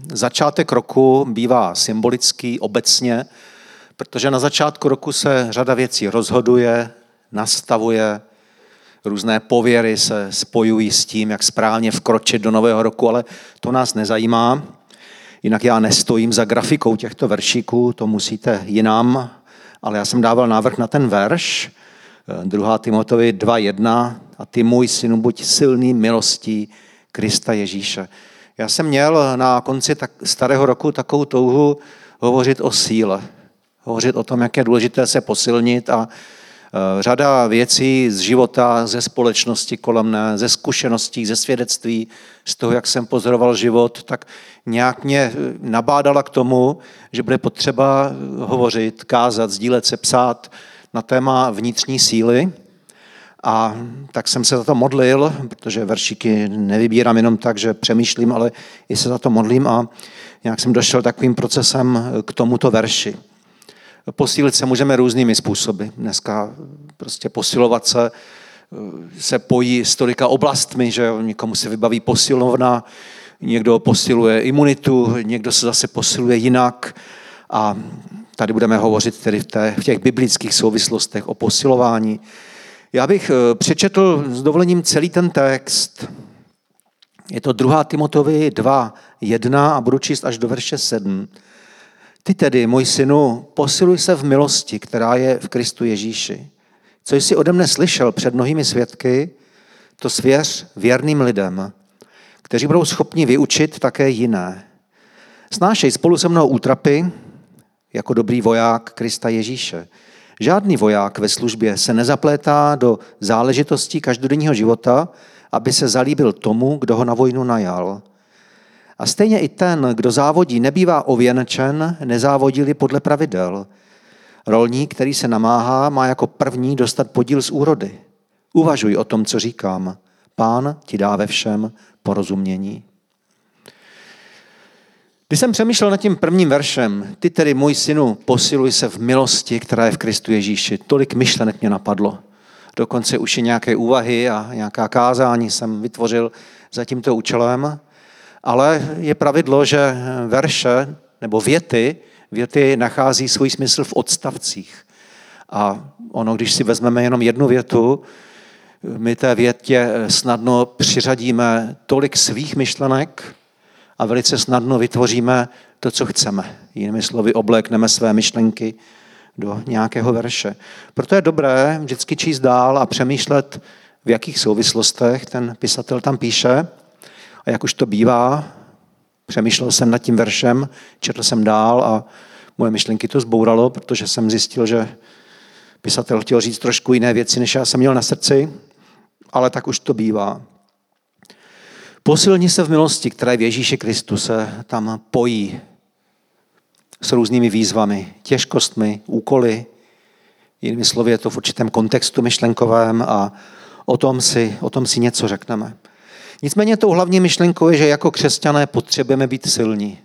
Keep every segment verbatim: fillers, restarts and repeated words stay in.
Začátek roku bývá symbolický obecně, protože na začátku roku se řada věcí rozhoduje, nastavuje, různé pověry se spojují s tím, jak správně vkročit do nového roku, ale to nás nezajímá. Jinak já nestojím za grafikou těchto veršíků, to musíte jinam, ale já jsem dával návrh na ten verš, druhá Timoteovi dva jedna, a ty můj synu, buď silný milostí Krista Ježíše. Já jsem měl na konci tak starého roku takovou touhu hovořit o síle, hovořit o tom, jak je důležité se posilnit a řada věcí z života, ze společnosti kolem mne, ze zkušeností, ze svědectví, z toho, jak jsem pozoroval život, tak nějak mě nabádala k tomu, že bude potřeba hovořit, kázat, sdílet se, psát na téma vnitřní síly. A tak jsem se za to modlil, protože veršíky nevybírám jenom tak, že přemýšlím, ale i se za to modlím a nějak jsem došel takovým procesem k tomuto verši. Posílit se můžeme různými způsoby. Dneska prostě posilovat se se pojí s tolika oblastmi, že někomu se vybaví posilovna, někdo posiluje imunitu, někdo se zase posiluje jinak. A tady budeme hovořit tedy v, té, v těch biblických souvislostech o posilování. Já bych přečetl s dovolením celý ten text. Je to druhá Timoteovi dva jedna a budu číst až do verše sedm. Ty tedy, můj synu, posiluj se v milosti, která je v Kristu Ježíši. Co jsi ode mne slyšel před mnohými svědky, to svěř věrným lidem, kteří budou schopni vyučit také jiné. Snášej spolu se mnou útrapy jako dobrý voják Krista Ježíše. Žádný voják ve službě se nezaplétá do záležitostí každodenního života, aby se zalíbil tomu, kdo ho na vojnu najal. A stejně i ten, kdo závodí, nebývá ověnčen, nezávodí-li podle pravidel. Rolník, který se namáhá, má jako první dostat podíl z úrody. Uvažuj o tom, co říkám. Pán ti dá ve všem porozumění. Když jsem přemýšlel nad tím prvním veršem, ty tedy, můj synu, posiluj se v milosti, která je v Kristu Ježíši. Tolik myšlenek mě napadlo. Dokonce už i nějaké úvahy a nějaká kázání jsem vytvořil za tímto účelem. Ale je pravidlo, že verše nebo věty, věty nachází svůj smysl v odstavcích. A ono, když si vezmeme jenom jednu větu, my té větě snadno přiřadíme tolik svých myšlenek a velice snadno vytvoříme to, co chceme. Jinými slovy, oblékneme své myšlenky do nějakého verše. Proto je dobré vždycky číst dál a přemýšlet, v jakých souvislostech ten pisatel tam píše. A jak už to bývá, přemýšlel jsem nad tím veršem, četl jsem dál a moje myšlenky to zbouralo, protože jsem zjistil, že pisatel chtěl říct trošku jiné věci, než já jsem měl na srdci, ale tak už to bývá. Posilni se v milosti, která v Ježíši Kristu se tam pojí s různými výzvami, těžkostmi, úkoly. Jinými slovy, je to v určitém kontextu myšlenkovém a o tom si, o tom si něco řekneme. Nicméně tou hlavní myšlenkou je, že jako křesťané potřebujeme být silní.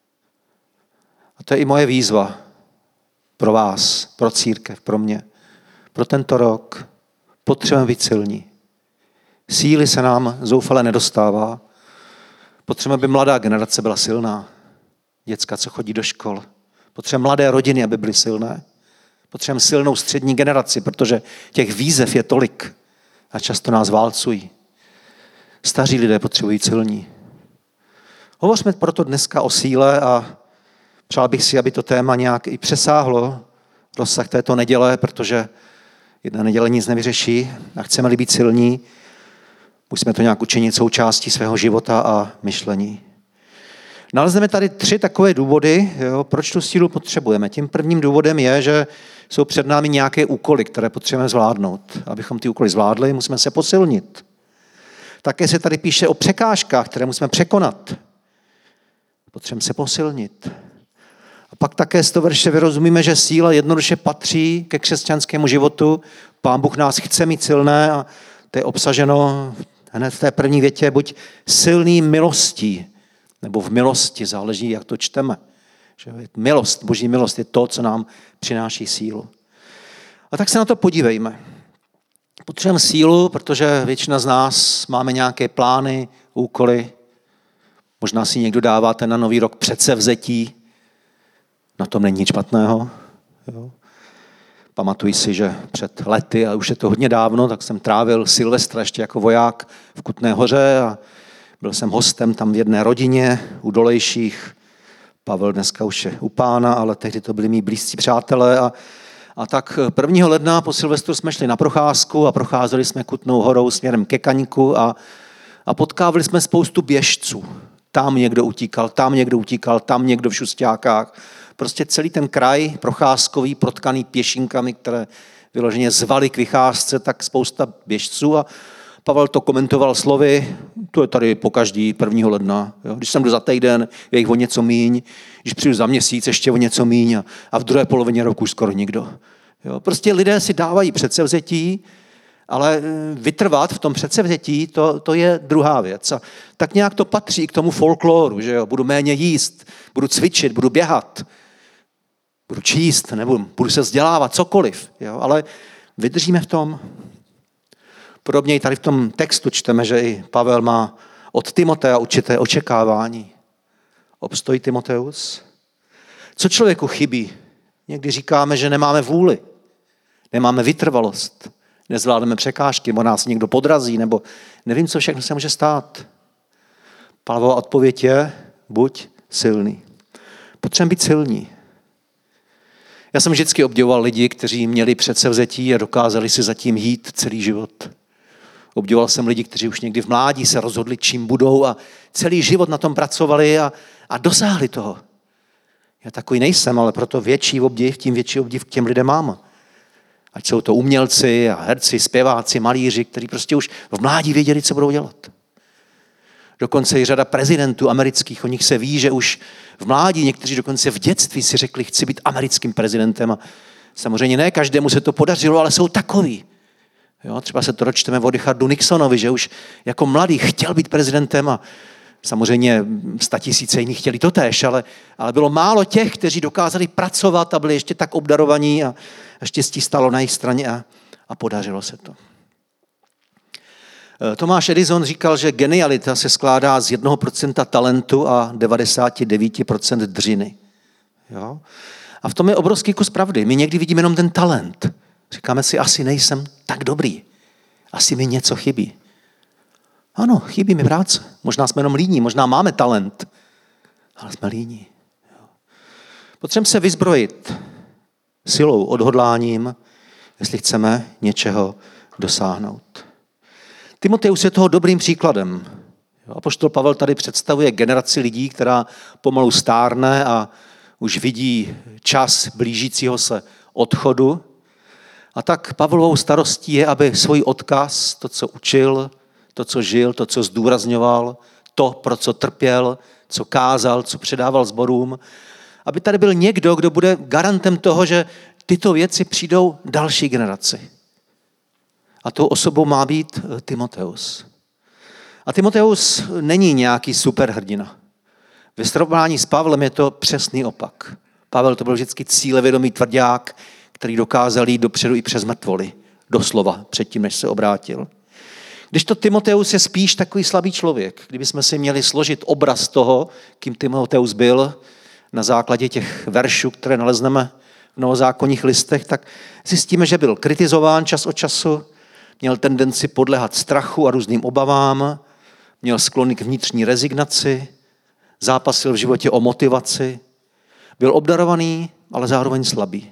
A to je i moje výzva pro vás, pro církev, pro mě. Pro tento rok potřebujeme být silní. Síly se nám zoufale nedostává. Potřebujeme, aby mladá generace byla silná. Děcka, co chodí do škol. Potřebujeme mladé rodiny, aby byly silné. Potřebujeme silnou střední generaci, protože těch výzev je tolik a často nás válcují. Staří lidé potřebují silní. Hovořme proto dneska o síle a přál bych si, aby to téma nějak i přesáhlo rozsah této neděle, protože jedna neděle nic nevyřeší a chceme-li být silní, musíme to nějak učinit součástí svého života a myšlení. Nalezneme tady tři takové důvody, jo, proč tu sílu potřebujeme. Tím prvním důvodem je, že jsou před námi nějaké úkoly, které potřebujeme zvládnout. Abychom ty úkoly zvládli, musíme se posilnit. Také se tady píše o překážkách, které musíme překonat. Potřebujeme se posilnit. A pak také z toho verše vyrozumíme, že síla jednoduše patří ke křesťanskému životu. Pán Bůh nás chce mít silné a to je obsaženo hned v té první větě, buď silný milostí, nebo v milosti, záleží, jak to čteme. Že milost, boží milost je to, co nám přináší sílu. A tak se na to podívejme. Potřebujeme sílu, protože většina z nás máme nějaké plány, úkoly. Možná si někdo dáváte na nový rok předsevzetí. Na tom není nic špatného. Jo. Pamatuji si, že před lety, a už je to hodně dávno, tak jsem trávil Silvestra ještě jako voják v Kutné Hoře a byl jsem hostem tam v jedné rodině u Dolejších. Pavel dneska už je u Pána, ale tehdy to byli mý blízcí přátelé. A, a tak prvního ledna po Silvestru jsme šli na procházku a procházeli jsme Kutnou Horou směrem ke Kaňku a, a potkávali jsme spoustu běžců. Tam někdo utíkal, tam někdo utíkal, tam někdo v šusťákách. Prostě celý ten kraj procházkový, protkaný pěšinkami, které vyloženě zvali k vycházce, tak spousta běžců. A Pavel to komentoval slovy, to je tady po každý prvního ledna. Jo. Když jsem jdu za týden, je jich o něco míň, když přijdu za měsíc, ještě o něco míň a, a v druhé polovině roku už skoro nikdo. Jo. Prostě lidé si dávají předsevzetí, ale vytrvat v tom předsevzetí, to, to je druhá věc. A tak nějak to patří k tomu folkloru, že jo. Budu méně jíst, budu cvičit, budu běhat, budu číst, nebo budu se vzdělávat, cokoliv. Jo. Ale vydržíme v tom. Podobně i tady v tom textu čteme, že i Pavel má od Timotea určité očekávání. Obstojí Timoteus? Co člověku chybí? Někdy říkáme, že nemáme vůli, nemáme vytrvalost, nezvládneme překážky, nebo nás někdo podrazí, nebo nevím, co všechno se může stát. Pavlova odpověď je, buď silný. Potřebujeme být silní. Já jsem vždycky obdivoval lidi, kteří měli předsevzetí a dokázali si zatím jít celý život. Obdivoval jsem lidi, kteří už někdy v mládí se rozhodli, čím budou a celý život na tom pracovali a, a dosáhli toho. Já takový nejsem, ale proto větší obdiv, tím větší obdiv k těm lidem mám. Ať jsou to umělci a herci, zpěváci, malíři, kteří prostě už v mládí věděli, co budou dělat. Dokonce i řada prezidentů amerických, o nich se ví, že už v mládí, někteří dokonce v dětství si řekli, chci být americkým prezidentem. A samozřejmě ne každému se to podařilo, ale jsou takoví. Jo, třeba se to dočteme o Richardu Nixonovi, že už jako mladý chtěl být prezidentem a samozřejmě statisíce jiných chtěli to též, ale, ale bylo málo těch, kteří dokázali pracovat a byli ještě tak obdarovaní a, a štěstí stalo na jejich straně a, a podařilo se to. Tomáš Edison říkal, že genialita se skládá z jednoho procenta talentu a devadesát devět procent dřiny. Jo? A v tom je obrovský kus pravdy. My někdy vidíme jenom ten talent. Říkáme si, asi nejsem tak dobrý. Asi mi něco chybí. Ano, chybí mi práce. Možná jsme jenom líní, možná máme talent, ale jsme líní. Potřebujeme se vyzbrojit silou, odhodláním, jestli chceme něčeho dosáhnout. Timoteus je toho dobrým příkladem. Apoštol Pavel tady představuje generaci lidí, která pomalu stárne a už vidí čas blížícího se odchodu. A tak Pavlovou starostí je, aby svůj odkaz, to, co učil, to, co žil, to, co zdůrazňoval, to, pro co trpěl, co kázal, co předával sborům, aby tady byl někdo, kdo bude garantem toho, že tyto věci přijdou další generaci. A tou osobou má být Timoteus. A Timoteus není nějaký superhrdina. Ve srovnání s Pavlem je to přesný opak. Pavel to byl vždycky cílevědomý tvrdák, který dokázal jít dopředu i přes mrtvoly. Doslova, předtím, než se obrátil. Když to Timoteus je spíš takový slabý člověk, kdybychom si měli složit obraz toho, kým Timoteus byl, na základě těch veršů, které nalezneme v novozákonních listech, tak zjistíme, že byl kritizován čas od času, měl tendenci podléhat strachu a různým obavám, měl sklony k vnitřní rezignaci, zápasil v životě o motivaci, byl obdarovaný, ale zároveň slabý.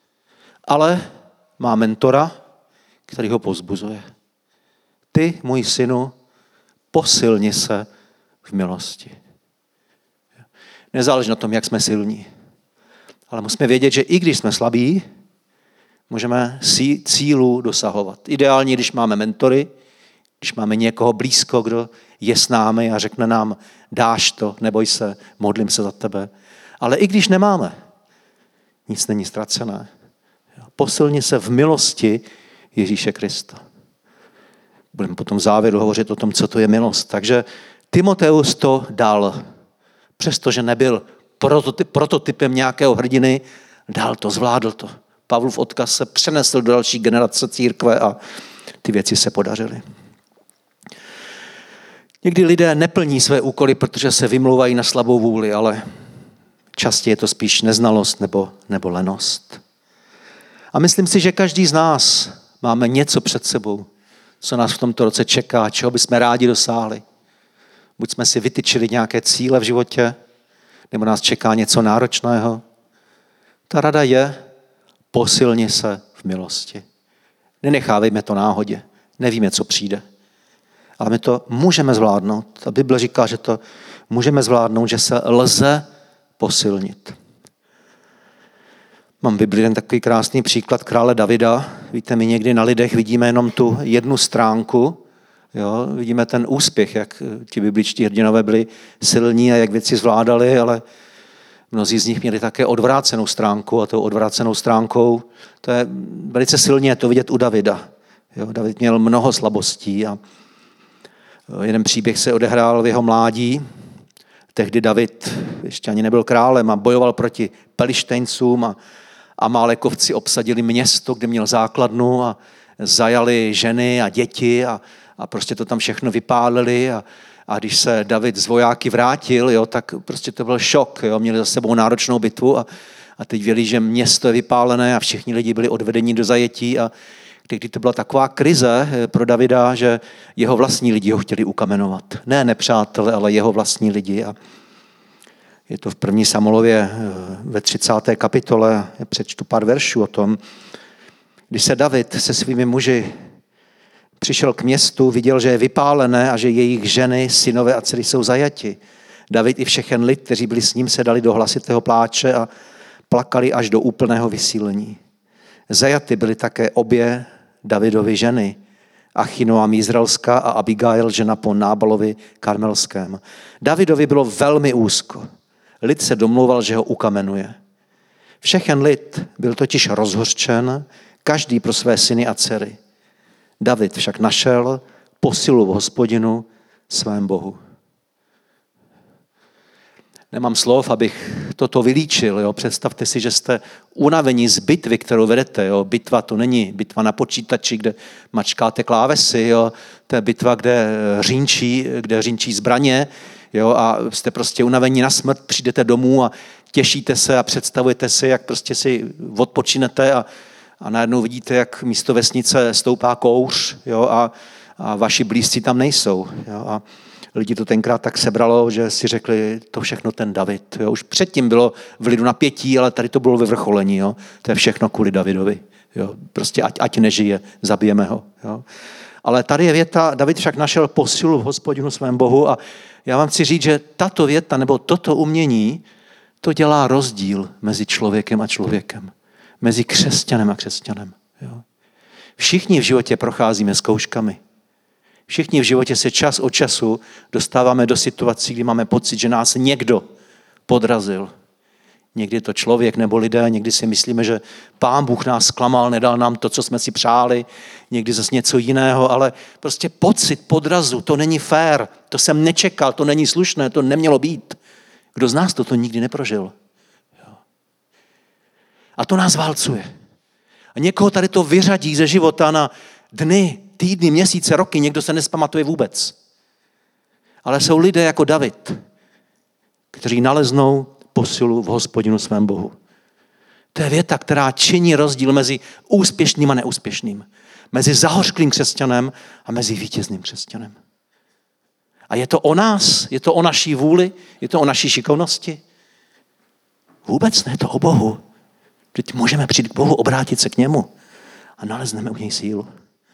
Ale má mentora, který ho povzbuzuje. Ty, můj synu, posilni se v milosti. Nezáleží na tom, jak jsme silní. Ale musíme vědět, že i když jsme slabí, můžeme cílů dosahovat. Ideálně, když máme mentory, když máme někoho blízko, kdo je s námi a řekne nám, dáš to, neboj se, modlím se za tebe. Ale i když nemáme, nic není ztracené. Posilni se v milosti Ježíše Krista. Budeme potom v závěru hovořit o tom, co to je milost. Takže Timoteus to dal. Přestože nebyl prototyp, prototypem nějakého hrdiny, dal to, zvládl to. Pavlův odkaz se přenesl do další generace církve a ty věci se podařily. Někdy lidé neplní své úkoly, protože se vymlouvají na slabou vůli, ale častěji je to spíš neznalost nebo, nebo lenost. A myslím si, že každý z nás máme něco před sebou, co nás v tomto roce čeká, čeho bychom rádi dosáhli. Buď jsme si vytyčili nějaké cíle v životě, nebo nás čeká něco náročného. Ta rada je, posilni se v milosti. Nenechávejme to náhodě. Nevíme, co přijde. Ale my to můžeme zvládnout. A Bible říká, že to můžeme zvládnout, že se lze posilnit. Mám v Bibli ten takový krásný příklad krále Davida. Víte, my někdy na lidech vidíme jenom tu jednu stránku. Jo? Vidíme ten úspěch, jak ti bibličtí hrdinové byli silní a jak věci zvládali, ale mnozí z nich měli také odvrácenou stránku a tou odvrácenou stránkou, to je velice silně to vidět u Davida. Jo? David měl mnoho slabostí a jeden příběh se odehrál v jeho mládí. Tehdy David ještě ani nebyl králem a bojoval proti Pelištejncům a Amálekovci obsadili město, kde měl základnu a zajali ženy a děti a, a prostě to tam všechno vypálili a, a když se David z vojáky vrátil, jo, tak prostě to byl šok. Jo, měli za sebou náročnou bitvu a, a teď věděli, že město je vypálené a všichni lidi byli odvedeni do zajetí a tehdy to byla taková krize pro Davida, že jeho vlastní lidi ho chtěli ukamenovat. Ne nepřátelé, ale jeho vlastní lidi. A je to v první Samuelově ve třicáté kapitole, přečtu pár veršů o tom, když se David se svými muži přišel k městu, viděl, že je vypálené a že jejich ženy, synové a dcery jsou zajati. David i všechen lid, kteří byli s ním, se dali do hlasitého pláče a plakali až do úplného vysílení. Zajaty byly také obě Davidovy ženy, Achinoam Izraelská a Abigail, žena po Nábalovi Karmelském. Davidovi bylo velmi úzko. Lid se domlouval, že ho ukamenuje. Všechen lid byl totiž rozhořčen, každý pro své syny a dcery. David však našel posilu v Hospodinu svém Bohu. Nemám slov, abych toto vylíčil. Jo. Představte si, že jste unavení z bitvy, kterou vedete. Jo. Bitva to není bitva na počítači, kde mačkáte klávesy. Jo. To je bitva, kde řínčí, kde řínčí zbraně. Jo. A jste prostě unavení na smrt, přijdete domů a těšíte se a představujete si, jak prostě si odpočinete a, a najednou vidíte, jak místo vesnice stoupá kouř, jo. A, a vaši blízci tam nejsou. Jo. A lidi to tenkrát tak sebralo, že si řekli, to všechno ten David. Jo. Už předtím bylo v lidu napětí, ale tady to bylo vyvrcholení. Jo. To je všechno kvůli Davidovi. Jo. Prostě ať, ať nežije, zabijeme ho. Jo. Ale tady je věta, David však našel posilu v Hospodinu svém Bohu a já vám chci říct, že tato věta nebo toto umění, to dělá rozdíl mezi člověkem a člověkem. Mezi křesťanem a křesťanem. Jo. Všichni v životě procházíme zkouškami. Všichni v životě se čas od času dostáváme do situací, kdy máme pocit, že nás někdo podrazil. Někdy je to člověk nebo lidé, někdy si myslíme, že Pán Bůh nás zklamal, nedal nám to, co jsme si přáli, někdy zase něco jiného, ale prostě pocit podrazu, to není fér, to jsem nečekal, to není slušné, to nemělo být. Kdo z nás toto nikdy neprožil? Jo. A to nás válcuje. A někoho tady to vyřadí ze života na dny, týdny, měsíce, roky, někdo se nespamatuje vůbec. Ale jsou lidé jako David, kteří naleznou posilu v Hospodinu svém Bohu. To je věta, která činí rozdíl mezi úspěšným a neúspěšným. Mezi zahořklým křesťanem a mezi vítězným křesťanem. A je to o nás, je to o naší vůli, je to o naší šikovnosti. Vůbec ne, je to o Bohu. Teď můžeme přijít k Bohu, obrátit se k němu a nalezneme u něj sílu.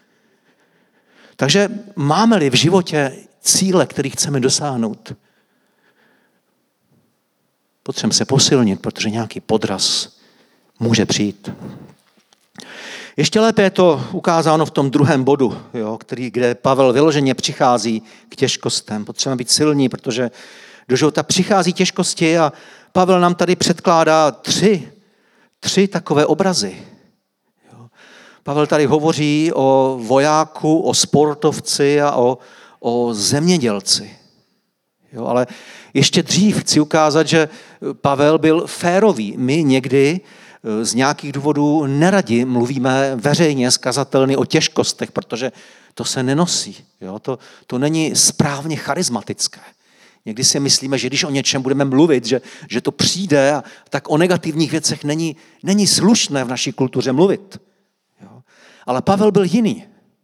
Takže máme-li v životě cíle, které chceme dosáhnout, potřebujeme se posilnit, protože nějaký podraz může přijít. Ještě lépe je to ukázáno v tom druhém bodu, jo, který, kde Pavel vyloženě přichází k těžkostem. Potřebujeme být silní, protože do života přichází těžkosti a Pavel nám tady předkládá tři, tři takové obrazy. Jo. Pavel tady hovoří o vojáku, o sportovci a o, o zemědělci. Jo, ale ještě dřív chci ukázat, že Pavel byl férový. My někdy z nějakých důvodů neradi mluvíme veřejně, skazatelně o těžkostech, protože to se nenosí. Jo? To, to není správně charismatické. Někdy si myslíme, že když o něčem budeme mluvit, že, že to přijde, a tak o negativních věcech není, není slušné v naší kultuře mluvit. Jo? Ale Pavel byl jiný.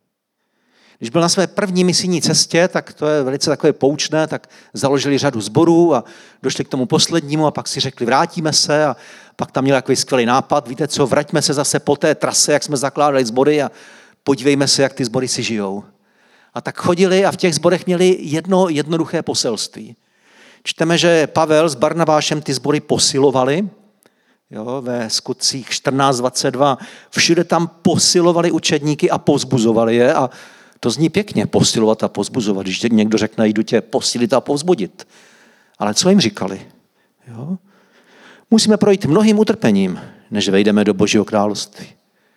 Když byl na své první misijní cestě, tak to je velice takové poučné, tak založili řadu sborů a došli k tomu poslednímu a pak si řekli, vrátíme se a pak tam měl takový skvělý nápad, víte co, vraťme se zase po té trase, jak jsme zakládali sbory a podívejme se, jak ty sbory si žijou. A tak chodili a v těch sborech měli jedno jednoduché poselství. Čteme, že Pavel s Barnabášem ty sbory posilovali, jo, ve Skutcích čtrnáct dvacet dva, všude tam posilovali učedníky a povzbuzovali je a to zní pěkně, posilovat a povzbuzovat, když někdo řekne, jdu tě posílit a povzbudit. Ale co jim říkali? Jo? Musíme projít mnohým utrpením, než vejdeme do Božího království.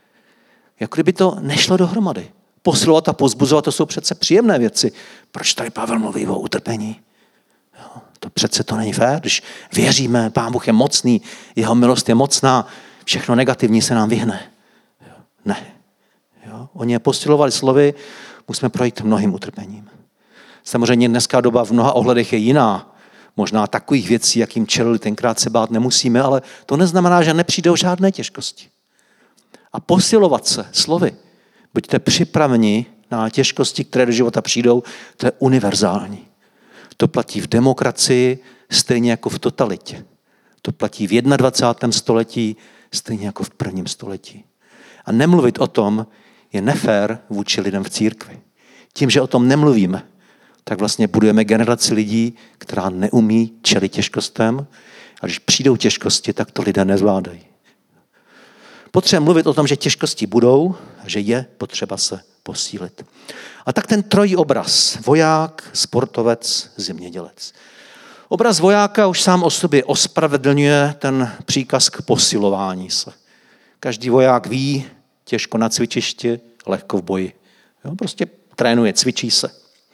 Jako kdyby to nešlo dohromady. Posilovat a povzbuzovat, to jsou přece příjemné věci. Proč tady Pavel mluví o utrpení? Jo? To přece to není fér, když věříme, Pán Bůh je mocný, jeho milost je mocná, všechno negativní se nám vyhne. Jo? Ne. Jo? Oni je posilovali slovy, musíme projít mnohým utrpením. Samozřejmě dneska doba v mnoha ohledech je jiná. Možná takových věcí, jakým čelili, tenkrát se bát nemusíme, ale to neznamená, že nepřijdou žádné těžkosti. A posilovat se slovy. Buďte připraveni na těžkosti, které do života přijdou, to je univerzální. To platí v demokracii stejně jako v totalitě. To platí v dvacátém prvním století stejně jako v prvním století. A nemluvit o tom je nefér vůči lidem v církvi. Tím, že o tom nemluvíme, tak vlastně budujeme generaci lidí, která neumí čelit těžkostem a když přijdou těžkosti, tak to lidé nezvládají. Potřeba mluvit o tom, že těžkosti budou a že je potřeba se posílit. A tak ten trojí obraz, voják, sportovec, zemědělec. Obraz vojáka už sám o sobě ospravedlňuje ten příkaz k posilování se. Každý voják ví, těžko na cvičišti, lehko v boji. Jo, prostě trénuje, cvičí se.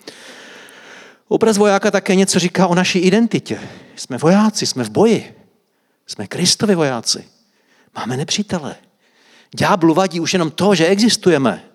Obraz vojáka také něco říká o naší identitě. Jsme vojáci, jsme v boji. Jsme Kristovi vojáci. Máme nepřítele. Ďáblu vadí už jenom to, že existujeme.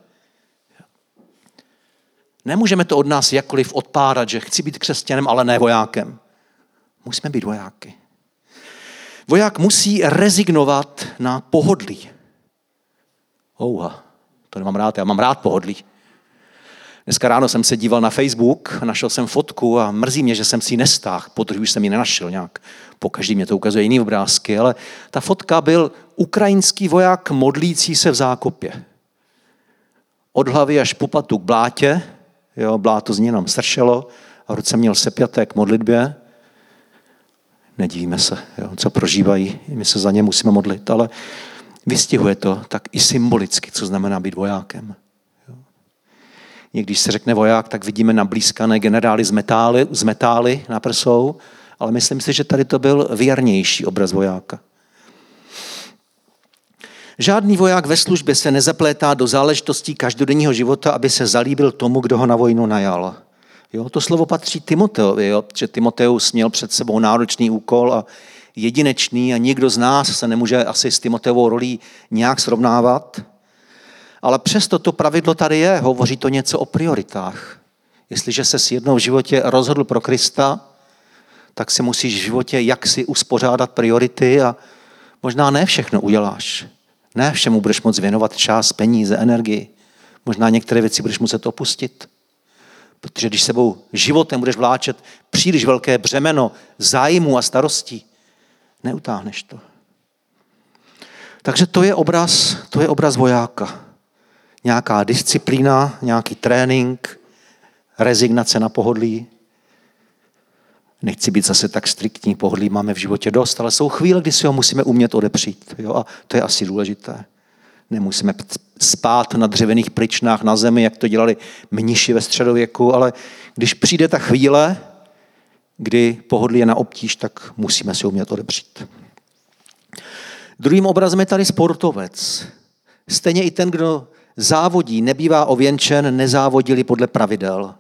Nemůžeme to od nás jakkoliv odpárat, že chci být křesťanem, ale ne vojákem. Musíme být vojáky. Voják musí rezignovat na pohodlí. Ouha, to nemám rád, já mám rád pohodlí. Dneska ráno jsem se díval na Facebook, našel jsem fotku a mrzí mě, že jsem si ji nestáhl, podruhé už jsem ji nenašel nějak. Pokaždý mě to ukazuje jiný obrázky, ale ta fotka byl ukrajinský voják modlící se v zákopě. Od hlavy až po patu k blátě, jo, bláto z něj nám sršelo a v ruce měl sepjaté k modlitbě. Nedívíme se, jo, co prožívají, my se za ně musíme modlit, ale vystihuje to tak i symbolicky, co znamená být vojákem. Někdy, když se řekne voják, tak vidíme nablízkané generály z metály, z metály na prsou, ale myslím si, že tady to byl věrnější obraz vojáka. Žádný voják ve službě se nezaplétá do záležitostí každodenního života, aby se zalíbil tomu, kdo ho na vojnu najal. Jo, to slovo patří Timoteovi, jo, že Timoteus měl před sebou náročný úkol a jedinečný a nikdo z nás se nemůže asi s Timoteovou rolí nějak srovnávat. Ale přesto to pravidlo tady je, hovoří to něco o prioritách. Jestliže ses jednou v životě rozhodl pro Krista, tak si musíš v životě jaksi uspořádat priority a možná ne všechno uděláš. Ne všemu budeš moct věnovat čas, peníze, energii. Možná některé věci budeš muset opustit. Protože když sebou životem budeš vláčet příliš velké břemeno zájmu a starostí, neutáhneš to. Takže to je obraz, to je obraz vojáka. Nějaká disciplína, nějaký trénink, rezignace na pohodlí. Nechci být zase tak striktní, pohodlí máme v životě dost, ale jsou chvíle, kdy si ho musíme umět odepřít. Jo? A to je asi důležité. Nemusíme spát na dřevěných pryčnách na zemi, jak to dělali mniši ve středověku, ale když přijde ta chvíle, kdy pohodlí je na obtíž, tak musíme si umět odepřít. Druhým obrazem je tady sportovec. Stejně i ten, kdo závodí, nebývá ověnčen, nezávodili podle pravidel.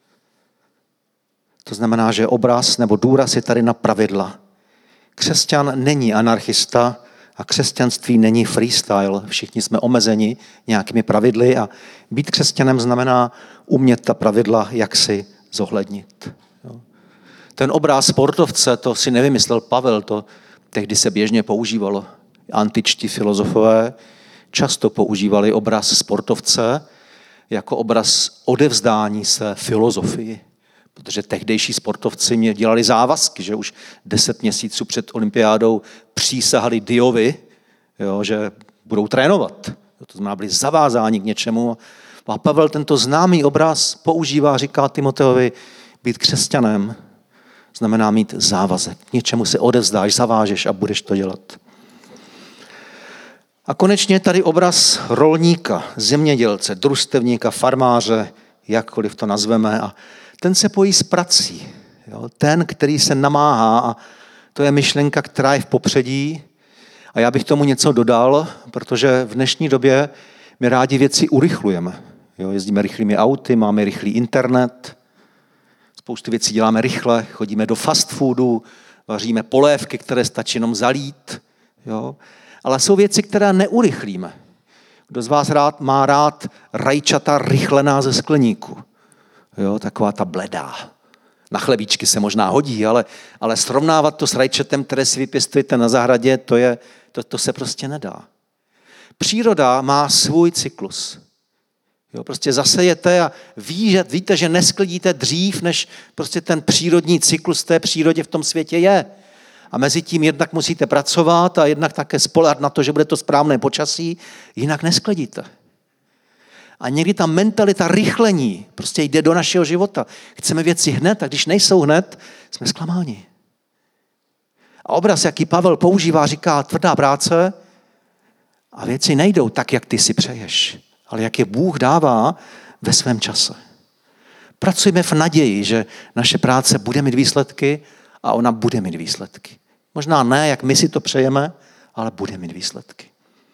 To znamená, že obraz nebo důraz je tady na pravidla. Křesťan není anarchista, A křesťanství není freestyle, všichni jsme omezeni nějakými pravidly a být křesťanem znamená umět ta pravidla jaksi zohlednit. Ten obraz sportovce, to si nevymyslel Pavel, to tehdy se běžně používalo. Antičtí filozofové často používali obraz sportovce jako obraz odevzdání se filozofii. Protože tehdejší sportovci mě dělali závazky, že už deset měsíců před olympiádou přísahali Diovi, jo, že budou trénovat. To znamená, byli zavázáni k něčemu. A Pavel tento známý obraz používá, říká Timoteovi, být křesťanem znamená mít závazek. K něčemu se odevzdáš, zavážeš a budeš to dělat. A konečně tady obraz rolníka, zemědělce, družstevníka, farmáře, jakkoliv to nazveme. A ten se pojí s prací. Jo? Ten, který se namáhá. A to je myšlenka, která je v popředí. A já bych tomu něco dodal, protože v dnešní době my rádi věci urychlujeme. Jo? Jezdíme rychlými auty, máme rychlý internet, spoustu věcí děláme rychle, chodíme do fast foodu, vaříme polévky, které stačí jenom zalít. Jo? Ale jsou věci, které neurychlíme. Kdo z vás rád, má rád rajčata rychlená ze skleníku? Jo, taková ta bledá. Na chlebíčky se možná hodí, ale, ale srovnávat to s rajčetem, které si vypěstujete na zahradě, to, je, to, to se prostě nedá. Příroda má svůj cyklus. Jo, prostě zasejete a ví, víte, že nesklidíte dřív, než prostě ten přírodní cyklus v té přírodě v tom světě je. A mezi tím jednak musíte pracovat a jednak také spoléhat na to, že bude to správné počasí, jinak nesklidíte. A někdy ta mentalita rychlení prostě jde do našeho života. Chceme věci hned a když nejsou hned, jsme zklamáni. A obraz, jaký Pavel používá, říká tvrdá práce a věci nejdou tak, jak ty si přeješ, ale jak je Bůh dává ve svém čase. Pracujeme v naději, že naše práce bude mít výsledky a ona bude mít výsledky. Možná ne, jak my si to přejeme, ale bude mít výsledky.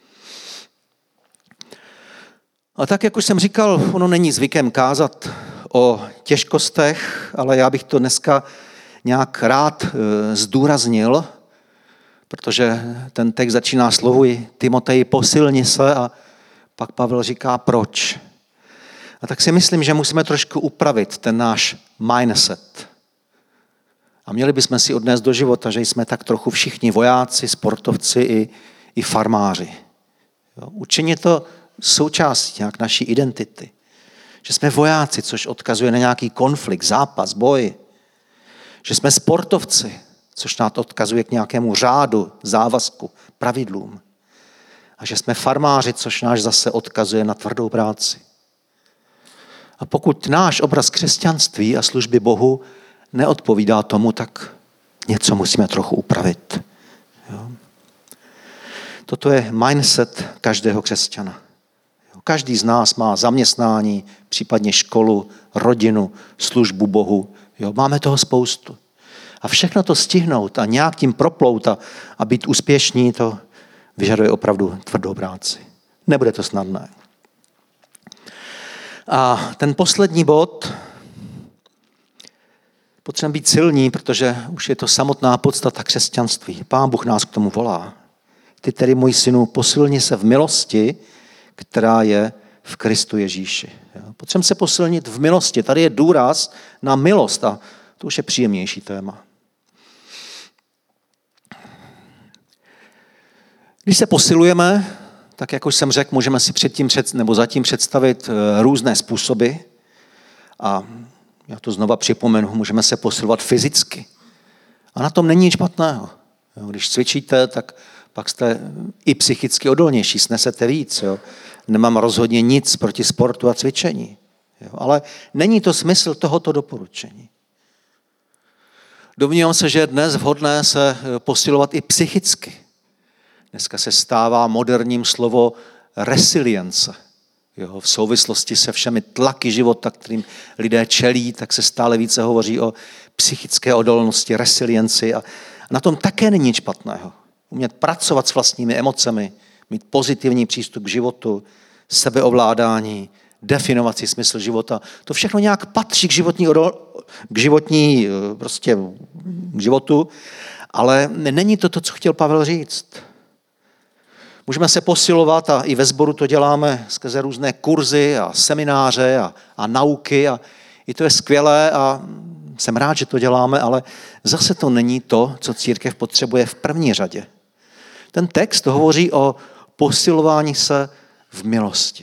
A tak, jak už jsem říkal, ono není zvykem kázat o těžkostech, ale já bych to dneska nějak rád zdůraznil, protože ten text začíná slovuji Timotej, posilni se a pak Pavel říká proč. A tak si myslím, že musíme trošku upravit ten náš mindset. A měli bychom si odnést do života, že jsme tak trochu všichni vojáci, sportovci i, i farmáři. Jo? Učinit to součástí nějak naší identity. Že jsme vojáci, což odkazuje na nějaký konflikt, zápas, boj. Že jsme sportovci, což nás odkazuje k nějakému řádu, závazku, pravidlům. A že jsme farmáři, což nás zase odkazuje na tvrdou práci. A pokud náš obraz křesťanství a služby Bohu neodpovídá tomu, tak něco musíme trochu upravit. Jo? Toto je mindset každého křesťana. Každý z nás má zaměstnání, případně školu, rodinu, službu Bohu. Jo? Máme toho spoustu. A všechno to stihnout a nějak tím proplout a, a být úspěšní, to vyžaduje opravdu tvrdou práci. Nebude to snadné. A ten poslední bod, potřebujeme být silní, protože už je to samotná podstata křesťanství. Pán Bůh nás k tomu volá. Ty tedy, můj synu, posilni se v milosti, která je v Kristu Ježíši. Potřebujeme se posilnit v milosti. Tady je důraz na milost a to už je příjemnější téma. Když se posilujeme, tak jak už jsem řekl, můžeme si předtím před, nebo zatím představit různé způsoby. A já to znova připomenu, můžeme se posilovat fyzicky. A na tom není nic špatného. Když cvičíte, tak pak jste i psychicky odolnější, snesete víc. Jo. Nemám rozhodně nic proti sportu a cvičení. Jo. Ale není to smysl tohoto doporučení. Domnívám se, že je dnes vhodné se posilovat i psychicky. Dneska se stává moderním slovo resilience. Jo, v souvislosti se všemi tlaky života, kterým lidé čelí, tak se stále více hovoří o psychické odolnosti, resilienci a na tom také není nic špatného. Umět pracovat s vlastními emocemi, mít pozitivní přístup k životu, sebeovládání, definovat si smysl života. To všechno nějak patří k životní, k životní prostě k životu, ale není to to, co chtěl Pavel říct. Můžeme se posilovat a i ve sboru to děláme skrze různé kurzy a semináře a, a nauky a i to je skvělé a jsem rád, že to děláme, ale zase to není to, co církev potřebuje v první řadě. Ten text hovoří o posilování se v milosti.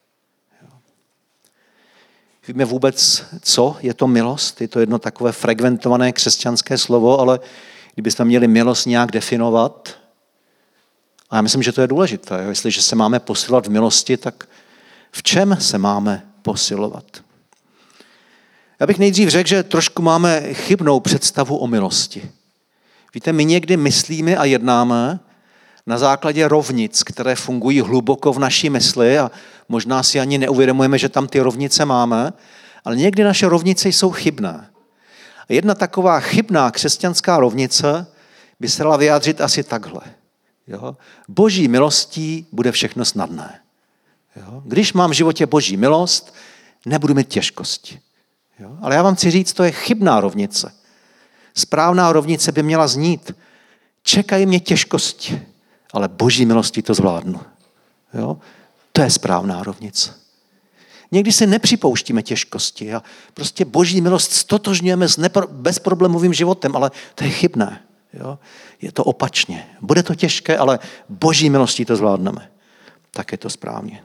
Víme vůbec, co je to milost? Je to jedno takové fragmentované křesťanské slovo, ale kdybychom měli milost nějak definovat, a já myslím, že to je důležité, jestliže se máme posilovat v milosti, tak v čem se máme posilovat? Já bych nejdřív řekl, že trošku máme chybnou představu o milosti. Víte, my někdy myslíme a jednáme na základě rovnic, které fungují hluboko v naší mysli a možná si ani neuvědomujeme, že tam ty rovnice máme, ale někdy naše rovnice jsou chybné. A jedna taková chybná křesťanská rovnice by se dala vyjádřit asi takhle. Jo? Boží milostí bude všechno snadné. Jo? Když mám v životě boží milost, nebudu mít těžkosti. Jo? Ale já vám chci říct, to je chybná rovnice. Správná rovnice by měla znít, čekají mě těžkosti, ale boží milostí to zvládnu. Jo? To je správná rovnice. Někdy si nepřipouštíme těžkosti a prostě boží milost stotožňujeme s nepro- bezproblémovým životem, ale to je chybné. Jo? Je to opačně. Bude to těžké, ale boží milostí to zvládneme. Tak je to správně.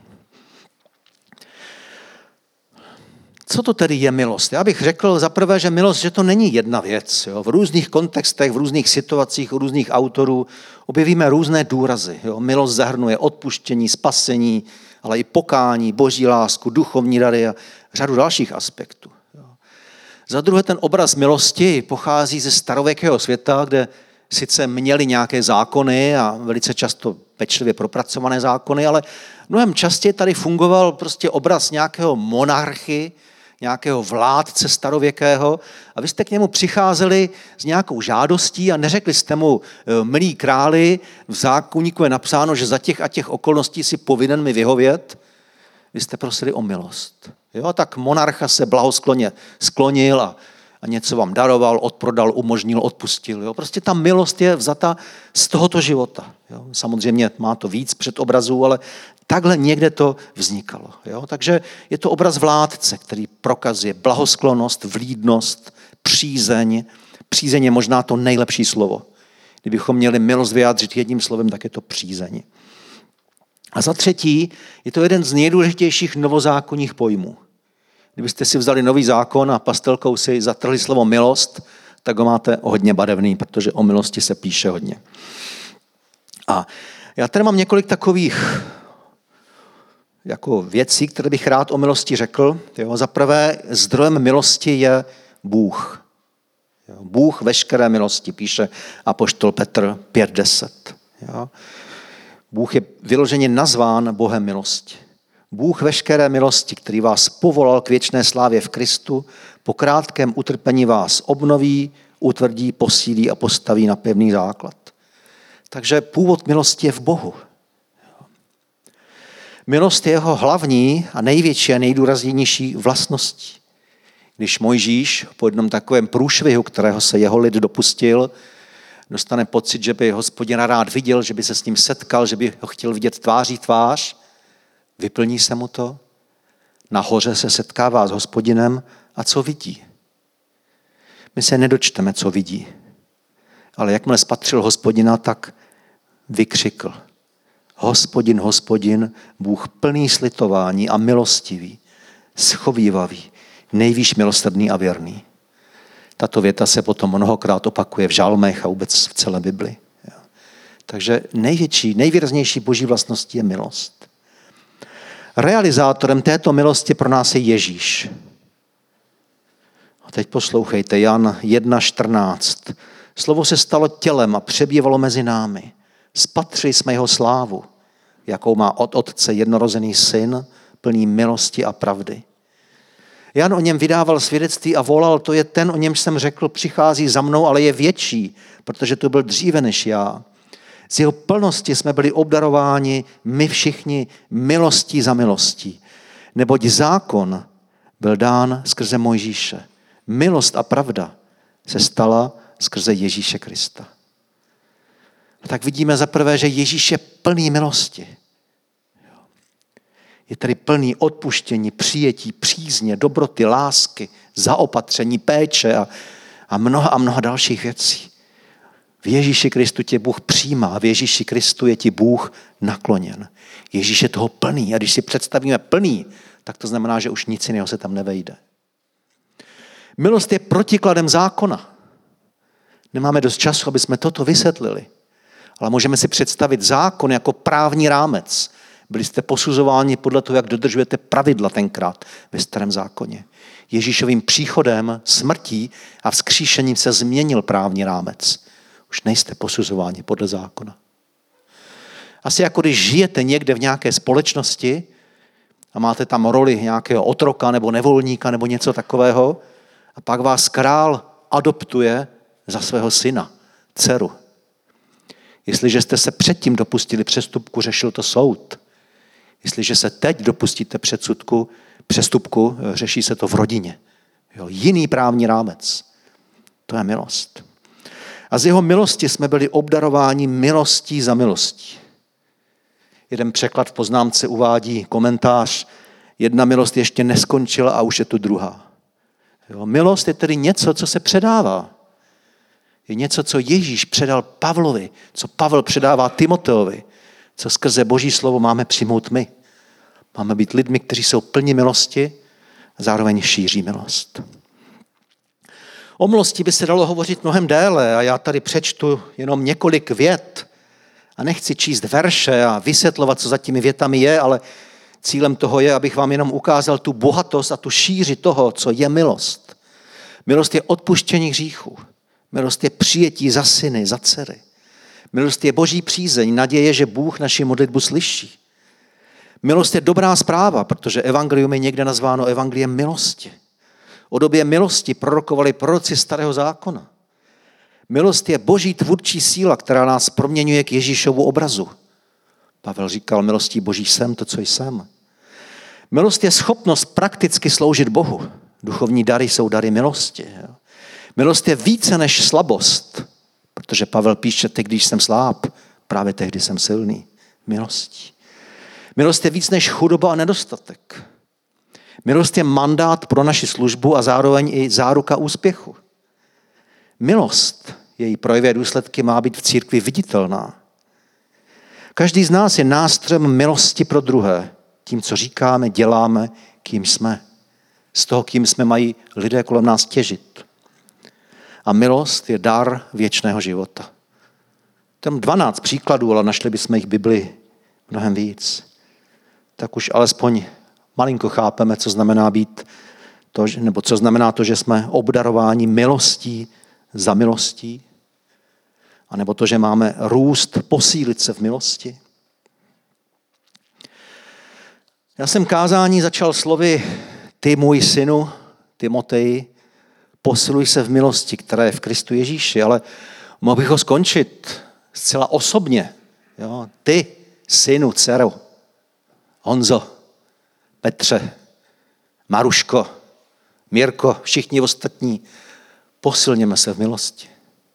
Co to tedy je milost? Já bych řekl zaprvé, že milost, že to není jedna věc. Jo? V různých kontextech, v různých situacích, u různých autorů objevíme různé důrazy. Jo? Milost zahrnuje odpuštění, spasení, ale i pokání, boží lásku, duchovní dary a řadu dalších aspektů. Jo? Za druhé, ten obraz milosti pochází ze starověkého světa, kde sice měli nějaké zákony a velice často pečlivě propracované zákony, ale mnohem častěji tady fungoval prostě obraz nějakého monarchy, nějakého vládce starověkého a vy jste k němu přicházeli s nějakou žádostí a neřekli jste mu, milí králi, v zákoníku je napsáno, že za těch a těch okolností si povinen mi vyhovět. Vy jste prosili o milost. Jo, a tak monarcha se blahoskloně sklonil a, a něco vám daroval, odprodal, umožnil, odpustil. Jo. Prostě ta milost je vzata z tohoto života. Jo. Samozřejmě má to víc předobrazů, ale takhle někde to vznikalo. Jo? Takže je to obraz vládce, který prokazuje blahosklonost, vlídnost, přízeň. Přízeň je možná to nejlepší slovo. Kdybychom měli milost vyjádřit jedním slovem, tak je to přízeň. A za třetí, je to jeden z nejdůležitějších novozákonních pojmů. Kdybyste si vzali nový zákon a pastelkou si zatrhli slovo milost, tak ho máte hodně barevný, protože o milosti se píše hodně. A já tady mám několik takových jako věcí, které bych rád o milosti řekl. Jo, za prvé, zdrojem milosti je Bůh. Jo, Bůh veškeré milosti, píše apoštol Petr pět deset. Jo. Bůh je vyloženě nazván Bohem milosti. Bůh veškeré milosti, který vás povolal k věčné slávě v Kristu, po krátkém utrpení vás obnoví, utvrdí, posílí a postaví na pevný základ. Takže původ milosti je v Bohu. Milost je jeho hlavní a největší a nejdůraznější vlastností. Když Mojžíš po jednom takovém průšvihu, kterého se jeho lid dopustil, dostane pocit, že by Hospodina rád viděl, že by se s ním setkal, že by ho chtěl vidět tváří tvář, vyplní se mu to, nahoře se setkává s Hospodinem a co vidí? My se nedočteme, co vidí, ale jakmile spatřil Hospodina, tak vykřikl. Hospodin, Hospodin, Bůh plný slitování a milostivý, schovívavý, nejvýš milosrdný a věrný. Tato věta se potom mnohokrát opakuje v žalmech a vůbec v celé Bibli. Takže největší, nejvýraznější boží vlastností je milost. Realizátorem této milosti pro nás je Ježíš. A teď poslouchejte, Jan jedna čtrnáct. Slovo se stalo tělem a přebývalo mezi námi. Spatřili jsme jeho slávu, jakou má od Otce jednorozený syn, plný milosti a pravdy. Jan o něm vydával svědectví a volal, to je ten, o němž jsem řekl, přichází za mnou, ale je větší, protože to byl dříve než já. Z jeho plnosti jsme byli obdarováni my všichni milostí za milostí. Neboť zákon byl dán skrze Mojžíše. Milost a pravda se stala skrze Ježíše Krista. tak vidíme zaprvé, že Ježíš je plný milosti. Je tedy plný odpuštění, přijetí, přízně, dobroty, lásky, zaopatření, péče a, a mnoha a mnoha dalších věcí. V Ježíši Kristu tě Bůh přijímá a v Ježíši Kristu je ti Bůh nakloněn. Ježíš je toho plný a když si představíme plný, tak to znamená, že už nic jiného se tam nevejde. Milost je protikladem zákona. Nemáme dost času, aby jsme toto vysvětlili, ale můžeme si představit zákon jako právní rámec. Byli jste posuzováni podle toho, jak dodržujete pravidla tenkrát ve starém zákoně. Ježíšovým příchodem, smrtí a vzkříšením se změnil právní rámec. Už nejste posuzováni podle zákona. Asi jako když žijete někde v nějaké společnosti a máte tam roli nějakého otroka nebo nevolníka nebo něco takového a pak vás král adoptuje za svého syna, dceru. Jestliže jste se předtím dopustili přestupku, řešil to soud. Jestliže se teď dopustíte předsudku, přestupku, řeší se to v rodině. Jo, jiný právní rámec. To je milost. A z jeho milosti jsme byli obdarováni milostí za milostí. Jeden překlad v poznámce uvádí komentář, jedna milost ještě neskončila a už je tu druhá. Jo, milost je tedy něco, co se předává. Je něco, co Ježíš předal Pavlovi, co Pavel předává Timoteovi, co skrze Boží slovo máme přijmout my. Máme být lidmi, kteří jsou plní milosti a zároveň šíří milost. O milosti by se dalo hovořit mnohem déle a já tady přečtu jenom několik vět a nechci číst verše a vysvětlovat, co za těmi větami je, ale cílem toho je, abych vám jenom ukázal tu bohatost a tu šíři toho, co je milost. Milost je odpuštění hříchů. Milost je přijetí za syny, za dcery. Milost je Boží přízeň, naděje, že Bůh naši modlitbu slyší. Milost je dobrá zpráva, protože evangelium je někde nazváno evangeliem milosti. O době milosti prorokovali proroci starého zákona. Milost je Boží tvůrčí síla, která nás proměňuje k Ježíšovu obrazu. Pavel říkal, milostí Boží jsem to, co jsem. Milost je schopnost prakticky sloužit Bohu. Duchovní dary jsou dary milosti. Milost je více než slabost, protože Pavel píše, teď, když jsem sláb, právě tehdy jsem silný. Milostí. Milost je víc než chudoba a nedostatek. Milost je mandát pro naši službu a zároveň i záruka úspěchu. Milost, její projevy a důsledky má být v církvi viditelná. Každý z nás je nástrojem milosti pro druhé. Tím, co říkáme, děláme, kým jsme. Z toho, kým jsme, mají lidé kolem nás těžit. A milost je dar věčného života. Tam dvanáct příkladů, ale našli bychom jich v Biblii mnohem víc. Tak už alespoň malinko chápeme, co znamená být to, nebo co znamená to, že jsme obdarováni milostí za milostí, anebo to, že máme růst, posílit se v milosti. Já jsem kázání začal slovy ty, můj synu, Timoteji, posiluj se v milosti, která je v Kristu Ježíši, ale mohl bych ho skončit zcela osobně. Jo? Ty, synu, dcero, Honzo, Petře, Maruško, Mirko, všichni ostatní, posilněme se v milosti.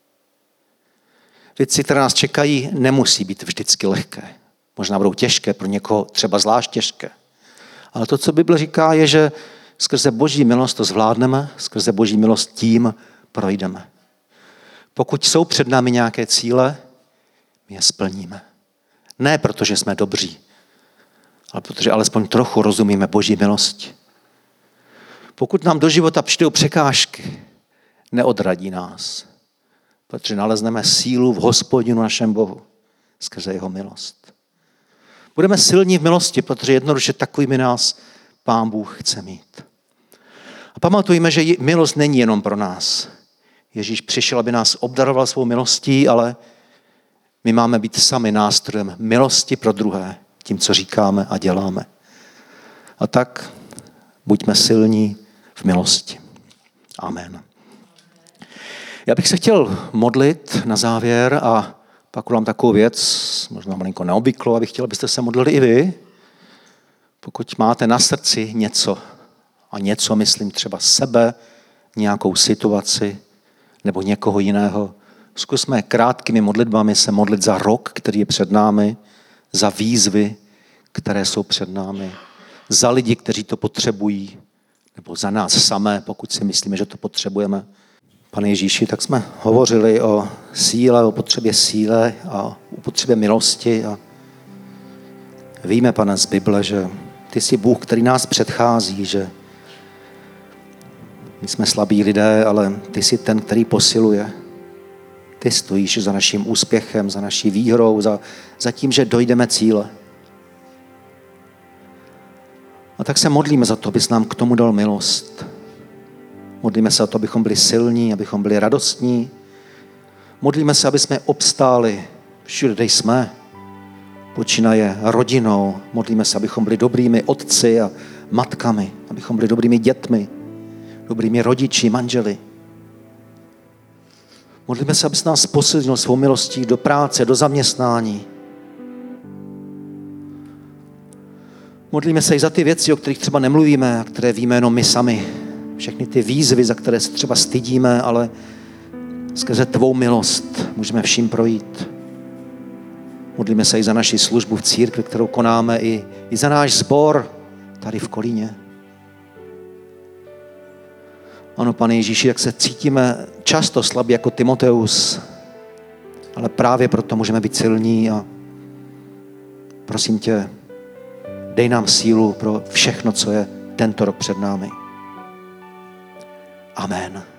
Věci, které nás čekají, nemusí být vždycky lehké. Možná budou těžké, pro někoho třeba zvlášť těžké. Ale to, co Bible říká, je, že skrze Boží milost to zvládneme, skrze Boží milost tím projdeme. Pokud jsou před námi nějaké cíle, my je splníme. Ne proto, že jsme dobří, ale protože alespoň trochu rozumíme Boží milosti. Pokud nám do života přijdou překážky, neodradí nás, protože nalezneme sílu v Hospodinu našem Bohu skrze jeho milost. Budeme silní v milosti, protože jednoduše takovými nás Pán Bůh chce mít. A pamatujme, že milost není jenom pro nás. Ježíš přišel, aby nás obdaroval svou milostí, ale my máme být sami nástrojem milosti pro druhé, tím, co říkáme a děláme. A tak buďme silní v milosti. Amen. Já bych se chtěl modlit na závěr a pak udám takovou věc, možná malinko neobvyklou, abych chtěl, abyste se modlili i vy. Pokud máte na srdci něco, a něco myslím třeba sebe, nějakou situaci nebo někoho jiného, Zkusme krátkými modlitbami se modlit za rok, který je před námi, za výzvy, které jsou před námi, za lidi, kteří to potřebují, nebo za nás samé, pokud si myslíme, že to potřebujeme. Pane Ježíši, tak jsme hovořili o síle, o potřebě síle a o potřebě milosti. A víme, Pane, z Bible, že ty jsi Bůh, který nás předchází, že my jsme slabí lidé, ale ty jsi ten, který posiluje. Ty stojíš za naším úspěchem, za naší výhrou, za, za tím, že dojdeme cíle. A tak se modlíme za to, abys nám k tomu dal milost. Modlíme se za to, abychom byli silní, abychom byli radostní. Modlíme se, aby jsme obstáli všude, kde jsme. Počínaje rodinou. Modlíme se, abychom byli dobrými otci a matkami, abychom byli dobrými dětmi, dobrými rodiči, manželi. Modlíme se, abys nás posilnil svou milostí do práce, do zaměstnání. Modlíme se i za ty věci, o kterých třeba nemluvíme a které víme jenom my sami. Všechny ty výzvy, za které se třeba stydíme, ale skrze tvou milost můžeme vším projít. Modlíme se i za naši službu v církvi, kterou konáme, i, i za náš sbor tady v Kolíně. Ano, Pane Ježíši, jak se cítíme často slabí jako Timoteus, ale právě proto můžeme být silní a prosím tě, dej nám sílu pro všechno, co je tento rok před námi. Amen.